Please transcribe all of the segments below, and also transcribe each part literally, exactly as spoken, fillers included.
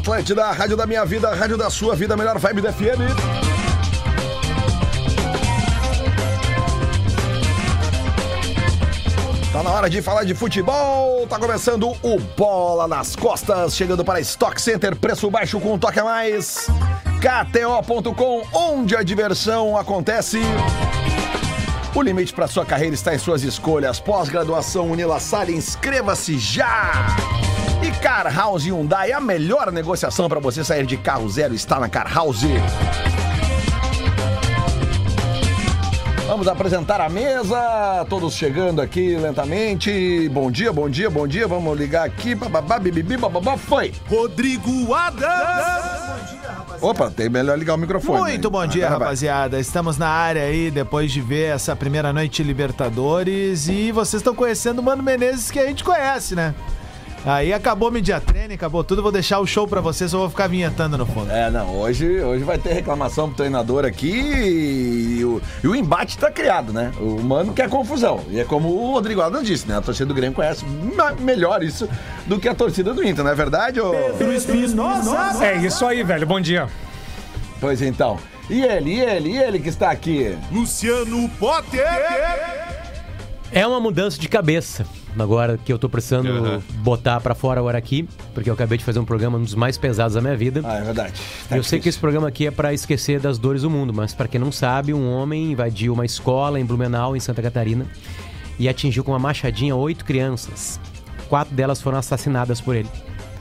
Atlântida, a rádio da minha vida, a rádio da sua vida, a melhor vibe da F M. Tá na hora de falar de futebol, tá começando o Bola nas Costas, chegando para Stock Center, preço baixo com um toque a mais. K T O ponto com, onde a diversão acontece. O limite para sua carreira está em suas escolhas. Pós-graduação Unila Salle, inscreva-se já! E Car House Hyundai, a melhor negociação para você sair de carro zero está na Car House. Vamos apresentar a mesa, todos chegando aqui lentamente. Bom dia, bom dia, bom dia. Vamos ligar aqui. Bababá, bibibi, bababá, foi. Rodrigo Adams. Bom dia, rapaziada. Opa, tem melhor ligar o microfone. Muito bom dia, rapaziada. Estamos na área aí, depois de ver essa primeira noite de Libertadores. E vocês estão conhecendo o Mano Menezes, que a gente conhece, né? Aí acabou o media training, acabou tudo, vou deixar o show pra vocês, eu vou ficar vinhetando no fundo. É, não, hoje, hoje vai ter reclamação pro treinador aqui e o, e o embate tá criado, né? O Mano quer confusão. E é como o Rodrigo Adams disse, né? A torcida do Grêmio conhece melhor isso do que a torcida do Inter, não é verdade, ô? Pedro Espinosa! É isso aí, velho, bom dia. Pois então. E ele, e ele, e ele que está aqui? Luciano Potter! É uma mudança de cabeça. Agora que eu tô precisando uhum. botar pra fora agora aqui, porque eu acabei de fazer um programa um dos mais pesados da minha vida. Ah, é verdade. Tá eu difícil. sei que esse programa aqui é pra esquecer das dores do mundo, mas pra quem não sabe, um homem invadiu uma escola em Blumenau, em Santa Catarina, e atingiu com uma machadinha oito crianças. Quatro delas foram assassinadas por ele.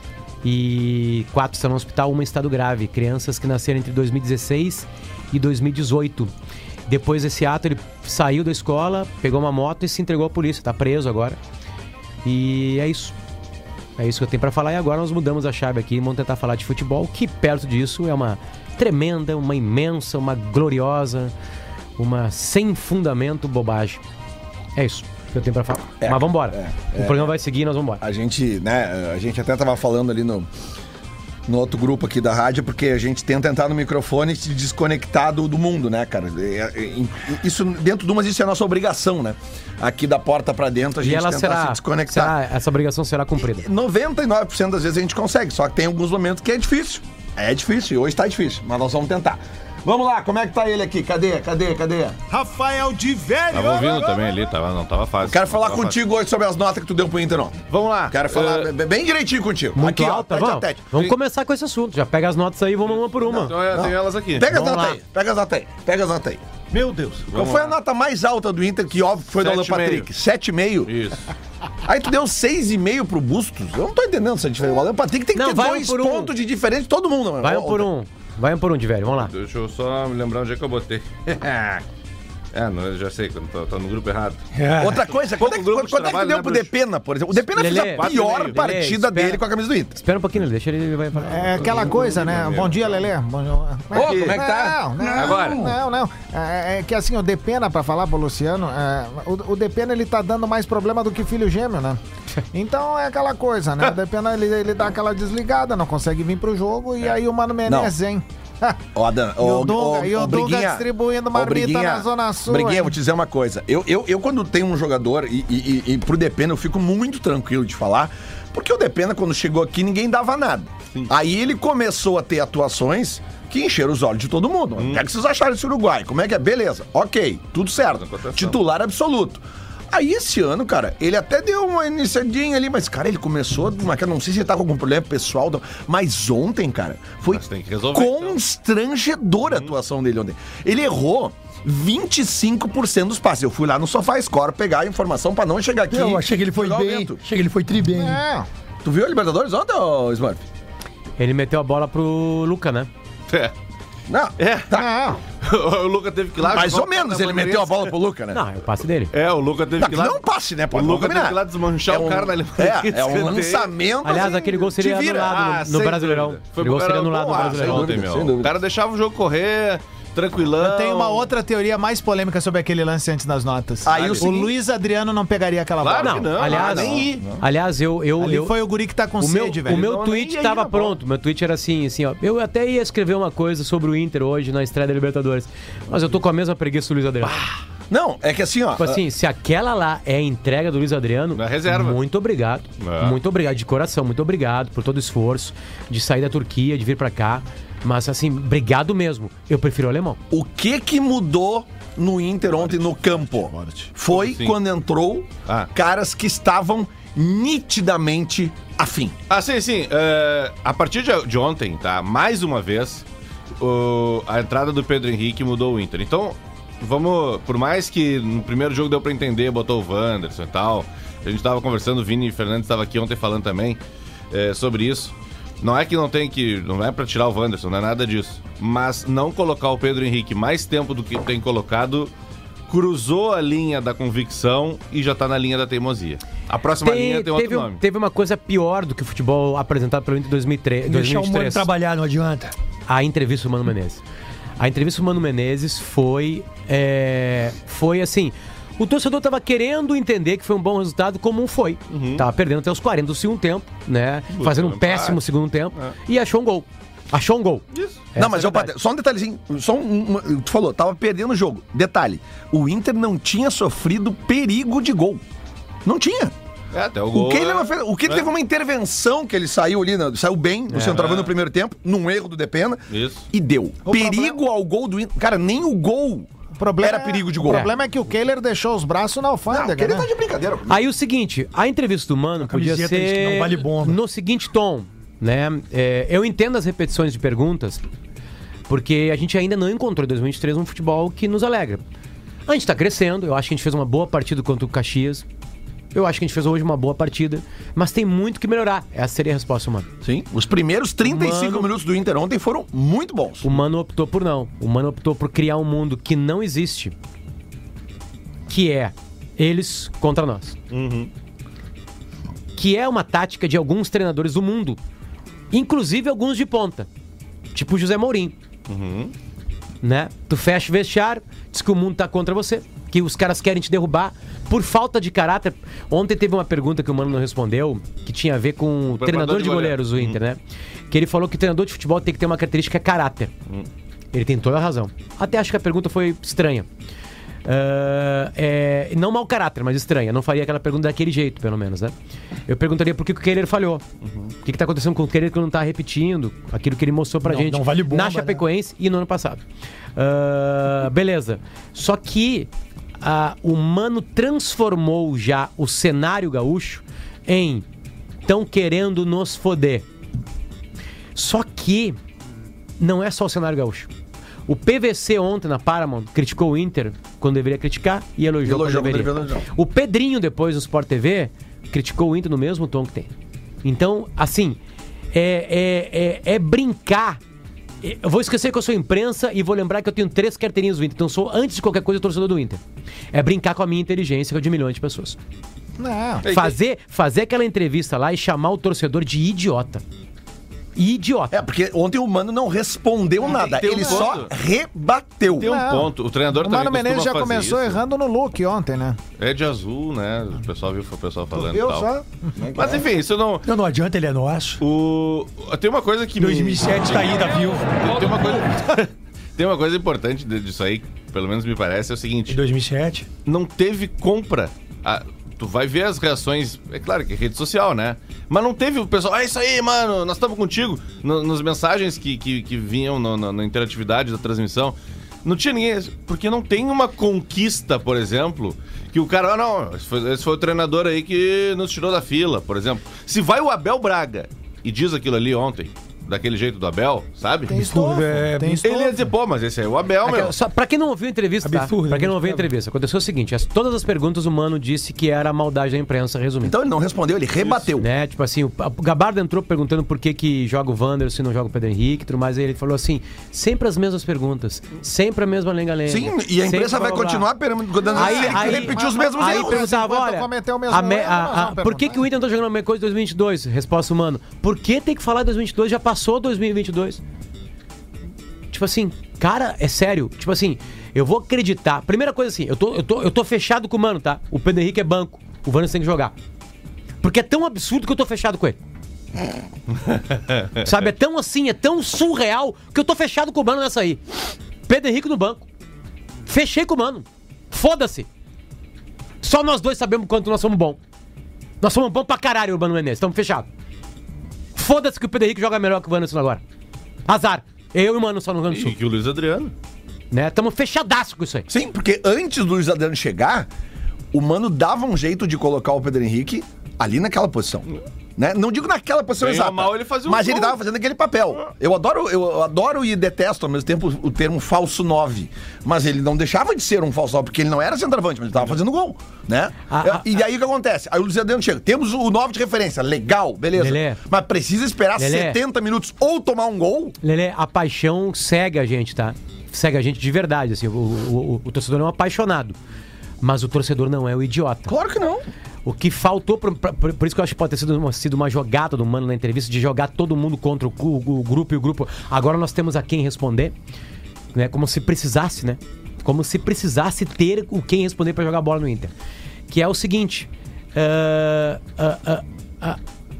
E quatro estão no hospital, uma em estado grave. Crianças que nasceram entre dois mil e dezesseis e dois mil e dezoito. Depois desse ato, ele saiu da escola, pegou uma moto e se entregou à polícia. Tá preso agora. E é isso. É isso que eu tenho pra falar. E agora nós mudamos a chave aqui e vamos tentar falar de futebol, que perto disso é uma tremenda, uma imensa, uma gloriosa, uma sem fundamento bobagem. É isso que eu tenho pra falar. É, Mas vambora. É, o é, programa vai seguir e nós vambora. A gente, né, a gente até tava falando ali no... no outro grupo aqui da rádio, porque a gente tenta entrar no microfone e se desconectar do, do mundo, né, cara? Isso dentro de umas, isso é a nossa obrigação, né? Aqui da porta pra dentro a gente tenta será, se desconectar. Será, essa obrigação será cumprida. E noventa e nove por cento das vezes a gente consegue, só que tem alguns momentos que é difícil. É difícil, hoje tá difícil, mas nós vamos tentar. Vamos lá, como é que tá ele aqui? Cadê? Cadê? Cadê? Rafael de Velho! Tava ouvindo também ali, tava, não tava fácil. Quero falar tava contigo fácil. hoje sobre as notas que tu deu pro Inter, não. Vamos lá. Quero falar uh... bem direitinho contigo. Muito aqui, alta, ó, vamos. tete a tete. Vamos Tem... começar com esse assunto. Já pega as notas aí e vamos uma por uma. Então eu tenho elas aqui. Pega as Vamos notas lá. aí, pega as notas aí, pega as notas aí. Meu Deus. Qual foi a nota mais alta do Inter, que óbvio foi do Alan Patrick? sete vírgula cinco? Isso. Aí tu deu seis vírgula cinco pro Bustos? Eu não tô entendendo essa diferença. O Alan Patrick tem que Não, ter vai dois um por um. pontos de diferença de todo mundo, mano. Vai um por um. Vai um por um de velho, vamos lá. Deixa eu só me lembrar onde é que eu botei. É, não, eu já sei, que eu tô, tô no grupo errado. Outra coisa, quanto é que, grupo quanto de é que tu trabalho, deu né, pro bruxo? Depena, por exemplo? O Depena fez Lelê, a pior Lelê, partida espera. dele com a camisa do Inter. Espera um pouquinho, ele deixa ele vai falar. É aquela coisa, né? Bom dia, Lelê. Bom dia. Ô, como é que tá? Não, não, Agora? Não, não. É, é que assim, o Depena, pra falar pro Luciano, é, o, o Depena, ele tá dando mais problema do que filho gêmeo, né? Então é aquela coisa, né? O Depena, ele, ele dá aquela desligada, não consegue vir pro jogo, e aí o Mano Menezes, hein? Ó, Adam, E o ô, Dunga, ô, e o ô, Dunga Briguinha, distribuindo ô, marmita Briguinha, na Zona Sul. Briguinha, hein? vou te dizer uma coisa. Eu, eu, eu quando tenho um jogador, e, e, e, e pro Depena eu fico muito tranquilo de falar, porque o Depena, quando chegou aqui, ninguém dava nada. Sim. Aí ele começou a ter atuações que encheram os olhos de todo mundo. Hum. O que é que vocês acharam desse Uruguai? Como é que é? Beleza, ok, tudo certo. Titular absoluto. Aí esse ano, cara, ele até deu uma iniciadinha ali, mas, cara, ele começou, não sei se ele tá com algum problema pessoal, mas ontem, cara, foi tem que resolver, constrangedora a atuação dele ontem. Ele errou vinte e cinco por cento dos passes. Eu fui lá no SofaScore pegar a informação pra não chegar aqui. Eu achei que ele foi bem, achei que ele foi tri bem. É. Tu viu a Libertadores ontem, ô Smurf? Ele meteu a bola pro Luca, né? É. Não, É. tá. O Luca teve que ir lá. Mais ou jogar o menos cara ele na meteu a Bandeirantes. bola pro Luca, né? Não, é o passe dele. É, o Luca teve Não, que ir que lá. não é um passe, né? O Pode Luca teve combinar. que ir lá desmanchar É um- o cara na É, é um lançamento. Aliás, assim, aquele gol seria te vira. anulado Ah, no, no sem Brasileirão. dúvida. Foi Aquele gol pro seria cara- anulado no Ah, Brasileirão. sem dúvida, meu. sem dúvida. O cara deixava o jogo correr tranquilão. Eu tenho uma outra teoria mais polêmica sobre aquele lance antes das notas. Aí o o seguinte- Luiz Adriano não pegaria aquela Claro bola. que Não, não, aliás, ah, não, nem- aliás, eu, eu, Ali eu foi o guri que tá com o meu, sede, velho. o meu Não, tweet nem aí tava na bola. pronto. Meu tweet era assim, assim, ó. Eu até ia escrever uma coisa sobre o Inter hoje na estreia da Libertadores. Mas eu tô com a mesma preguiça do Luiz Adriano. Não, é que assim, ó. Tipo assim, se aquela lá é a entrega do Luiz Adriano, Na reserva. muito obrigado. É. Muito obrigado, de coração, muito obrigado por todo o esforço de sair da Turquia, de vir pra cá. Mas assim, obrigado mesmo. Eu prefiro o alemão. O que que mudou no Inter ontem no campo? Foi Sim. quando entrou Ah. caras que estavam nitidamente afim. Ah, sim, sim. É, a partir de, de ontem, tá? Mais uma vez, o- a entrada do Pedro Henrique mudou o Inter. Então, vamos... Por mais que no primeiro jogo deu pra entender, botou o Wanderson e tal. A gente tava conversando, o Vini Fernandes estava aqui ontem falando também é, sobre isso. Não é que não tem que... Não é pra tirar o Wanderson, não é nada disso. Mas não colocar o Pedro Henrique mais tempo do que tem colocado... Cruzou a linha da convicção e já tá na linha da teimosia. A próxima Tem- linha tem outro teve, um- nome. teve uma coisa pior do que o futebol apresentado pelo Inter em dois mil e três, Deixar o Mano dois mil e vinte e três. trabalhar, não adianta. A entrevista do Mano Menezes. A entrevista do Mano Menezes foi... é, foi assim... O torcedor tava querendo entender que foi um bom resultado, como um foi. Tava perdendo até os quarenta do segundo tempo, né? Fazendo um empate. péssimo segundo tempo. E achou um gol. Achou um gol. Essa não, mas é a eu, verdade. só um detalhezinho. Só um, uma- tu falou, tava perdendo o jogo. Detalhe: o Inter não tinha sofrido perigo de gol. Não tinha. É, até o gol. O que ele é- não fez, o que ele é. teve uma intervenção que ele saiu ali, na- saiu bem no centroavante no primeiro tempo, num erro do Depena. Isso. E deu. O Perigo ao gol do Inter. Cara, nem o gol O problema era é- perigo de O gol. problema é que o Kehler deixou os braços na Não, alfândega, que ele né? tá de brincadeira. Aí o seguinte, a entrevista do Mano podia camiseta diz que ser não vale bomba. no seguinte tom, né? É, eu entendo as repetições de perguntas, porque a gente ainda não encontrou em dois mil e vinte e três um futebol que nos alegra. A gente tá crescendo, eu acho que a gente fez uma boa partida contra o Caxias. Eu acho que a gente fez hoje uma boa partida, mas tem muito que melhorar. Essa seria a resposta, Mano. Sim. Os primeiros trinta e cinco Mano- minutos do Inter ontem foram muito bons. O Mano optou por não. O Mano optou por criar um mundo que não existe, que é eles contra nós. Que é uma tática de alguns treinadores do mundo, inclusive alguns de ponta, tipo o José Mourinho. Né? Tu fecha o vestiário, diz que o mundo tá contra você, que os caras querem te derrubar por falta de caráter. Ontem teve uma pergunta que o Mano não respondeu, que tinha a ver com o treinador de de goleiros do Inter, né? Que ele falou que o treinador de futebol tem que ter uma característica, que é caráter. Ele tem toda a razão. Até acho que a pergunta foi estranha. Ah, é, não mau caráter, mas estranha. Não faria aquela pergunta daquele jeito, pelo menos, né? Eu perguntaria por que que o Kehler falhou. O que que tá acontecendo com o Kehler que não tá repetindo aquilo que ele mostrou pra Não- gente não vale bomba, na Chapecoense e no ano passado. Ah, beleza. Só que ah, o Mano transformou já o cenário gaúcho em tão querendo nos foder. Só que não é só o cenário gaúcho. O P V C ontem na Paramount criticou o Inter quando deveria criticar e elogiou, Elogiou quando quando deveria. deveria elogiar. O Pedrinho depois no Sport T V criticou o Inter no mesmo tom que tem. Então, assim, é, é, é, é brincar. É, Eu vou esquecer que eu sou imprensa e vou lembrar que eu tenho três carteirinhas do Inter. Então, eu sou, antes de qualquer coisa, torcedor do Inter. É brincar com a minha inteligência, que é de milhões de pessoas. Não. Fazer, fazer aquela entrevista lá e chamar o torcedor de idiota. Idiota. É, porque ontem o Mano não respondeu nada. tem um Ele ponto. só rebateu. Tem um Não. ponto. O treinador O também Mano Menezes já costuma fazer começou isso. errando no look ontem, né? É de azul, né? O pessoal viu o pessoal falando e Viu tal. só? Mas enfim, isso não... Não, não adianta, ele é nosso. O... Tem uma coisa que... me- dois mil e sete tá ainda vivo. Tem uma coisa... Tem uma coisa importante de- disso aí, pelo menos me parece, é o seguinte. Em dois mil e sete. Não teve compra. Ah, tu vai ver as reações, é claro que é rede social, né? Mas não teve o pessoal, ah, isso aí, mano, nós estamos contigo. No, nas mensagens que, que, que vinham no- no- na interatividade da transmissão, não tinha ninguém. Porque não tem uma conquista, por exemplo, que o cara, ah, não, esse foi, esse foi o treinador aí que nos tirou da fila, por exemplo. Se vai o Abel Braga e diz aquilo ali ontem, daquele jeito do Abel, sabe? Tem estofo. é, Tem Ele ia estofo. dizer, pô, mas esse aí é o Abel, meu. Aquela- só, pra quem não ouviu a entrevista, tá? Absurdo, Pra quem não ouviu a absurdo. entrevista, aconteceu o seguinte: as, todas as perguntas o Mano disse que era a maldade da imprensa, resumindo. Então ele não respondeu, ele rebateu. Né? Tipo assim, o, o Gabardo entrou perguntando por que, que joga o Wanderson e não joga o Pedro Henrique e tudo mais. Aí ele falou assim: sempre as mesmas perguntas, sempre a mesma lenga-lenga. Sim, e a imprensa vai continuar perguntando Aí- ele aí- repetir os mas- mesmos Aí erros. perguntava, Enquanto olha, cometeu o mesmo a me- erro, a- nós a- vamos por que, perguntar. que o Inter não tá jogando a mesma coisa em dois mil e vinte e dois? Resposta humano: por que tem que falar dois mil e vinte e dois? Já passou dois mil e vinte e dois. Tipo assim, cara, é sério. Tipo assim, eu vou acreditar. Primeira coisa assim, eu tô, eu tô, eu tô fechado com o Mano, tá? O Pedro Henrique é banco. O Wanderson tem que jogar. Porque é tão absurdo que eu tô fechado com ele. Sabe, é tão assim, é tão surreal que eu tô fechado com o Mano nessa aí. Pedro Henrique no banco. Fechei com o Mano. Foda-se. Só nós dois sabemos quanto nós somos bons. Nós somos bons pra caralho, Urbano Menezes. Estamos fechados. Foda-se que o Pedro Henrique joga melhor que o Wanderson agora. Azar. Eu e o Mano só no Rio Grande do Sul. E que o Luiz Adriano. Né? Estamos fechadaço com isso aí. Sim, porque antes do Luiz Adriano chegar, o Mano dava um jeito de colocar o Pedro Henrique ali naquela posição. Né? Não digo naquela posição Bem exata, ou mal, ele fazia um mas gol. ele tava fazendo aquele papel. Eu adoro, eu adoro e detesto ao mesmo tempo o termo falso nove. Mas ele não deixava de ser um falso nove, porque ele não era centroavante, mas ele tava fazendo gol, né? Ah, e aí o que acontece? Aí o Luiz Adriano chega. Temos o nove de referência, legal, beleza. Lelê. Mas precisa esperar Lelê. setenta minutos ou tomar um gol? Lelê, a paixão segue a gente, tá? Segue a gente de verdade, assim. O, o, o, o torcedor é um apaixonado. Mas o torcedor não é o idiota. Claro que não. O que faltou, por, por, por isso que eu acho que pode ter sido uma, sido uma jogada do Mano na entrevista, de jogar todo mundo contra o, o, o grupo e o grupo. Agora nós temos a quem responder, né? Como se precisasse, né? Como se precisasse ter o quem responder pra jogar bola no Inter. Que é o seguinte. Uh, uh, uh, uh,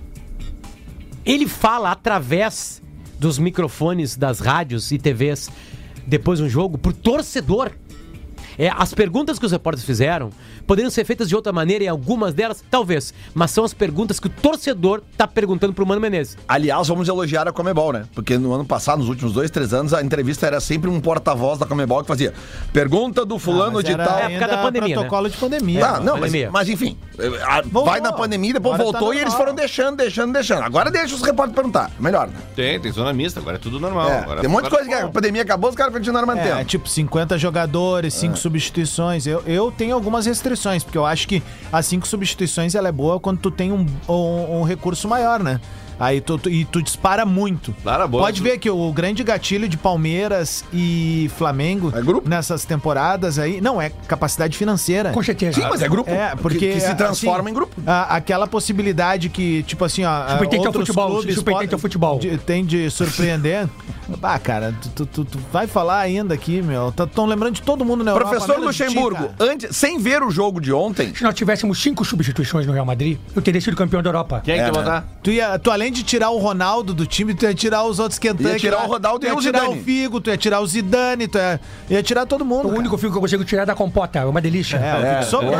ele fala através dos microfones das rádios e T Vs depois de um jogo pro torcedor. É, as perguntas que os repórteres fizeram poderiam ser feitas de outra maneira, e algumas delas, talvez. Mas são as perguntas que o torcedor tá perguntando pro Mano Menezes. Aliás, vamos elogiar a Conmebol, né? Porque no ano passado, nos últimos dois, três anos, a entrevista era sempre um porta-voz da Conmebol que fazia pergunta do fulano Ah, de era tal. ainda É, por causa da pandemia, protocolo de pandemia. Ah, não, mas, pandemia. mas enfim, a- Voltou. vai na pandemia, depois Agora voltou tá e eles normal. foram deixando, deixando, deixando. Agora deixa os repórteres perguntar. Melhor, né? Tem, tem zona mista, agora é tudo normal. É, Agora tem um monte de agora- coisa que a pandemia acabou, os caras continuaram mantendo. É, tipo cinquenta jogadores, cinco substituições. Eu, eu tenho algumas restrições, porque eu acho que as cinco substituições ela é boa quando tu tem um, um, um recurso maior, né? Aí tu, tu- e tu dispara muito. Claro, boa. Pode ver que o grande gatilho de Palmeiras e Flamengo É grupo? nessas temporadas aí, não, é capacidade financeira. Com certeza. Sim, mas é grupo. É, porque que, que se assim, transforma em grupo. a- aquela possibilidade que, tipo assim, ó, Superintendente ao outros futebol, clubes superintendente ao futebol. de- tem de surpreender. Ah, cara, tu, tu- tu- tu vai falar ainda aqui, meu. Estão lembrando de todo mundo na Europa. Professor menos de ti, Luxemburgo, cara. antes, sem ver o jogo de ontem, Se nós tivéssemos cinco substituições no Real Madrid, eu teria sido campeão da Europa. Quem é que É, ia né? botar? Tu, ia, tu além de tirar o Ronaldo do time, tu ia tirar os outros Kentucky. Ia tirar lá. o Ronaldo tu e ia o tirar Zidane. o Figo, tu ia tirar o Zidane, tu ia, ia tirar todo mundo. O cara. único filme que eu consigo tirar é da compota, é uma delícia. É, o É, Figo sobrou.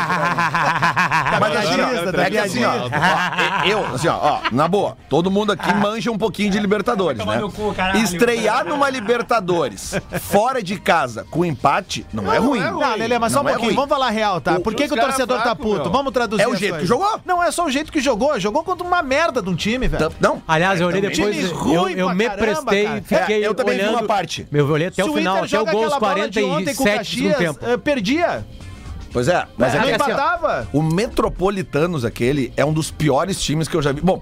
mas assim, ó, da é que assim, ó, ó, eu, assim, ó, ó, na boa, todo mundo aqui manja um pouquinho de Libertadores, Vai tomar né? no cu, caralho. Estrear numa Libertadores fora de casa com empate não é ruim. Não, Lelê, mas só um Não é pouquinho, ruim. vamos falar real, tá? O- Por que, os que o cara torcedor tá fraco, puto? meu. Vamos traduzir É o as jeito que coisas. jogou. Não, é só o jeito que jogou. Jogou contra uma merda de um time, velho. Não. Aliás, eu olhei Também. depois, Time eu, ruim eu pra me caramba, prestei cara. e fiquei É, eu também vi olhando. uma parte. Eu olhei até Se o final, Inter até o joga gol aos aquela bola quarenta de ontem e com o sete do Caxias, tempo. eh, perdia. Pois é, mas é Não que assim, ó, empatava. o Metropolitanos aquele é um dos piores times que eu já vi. Bom,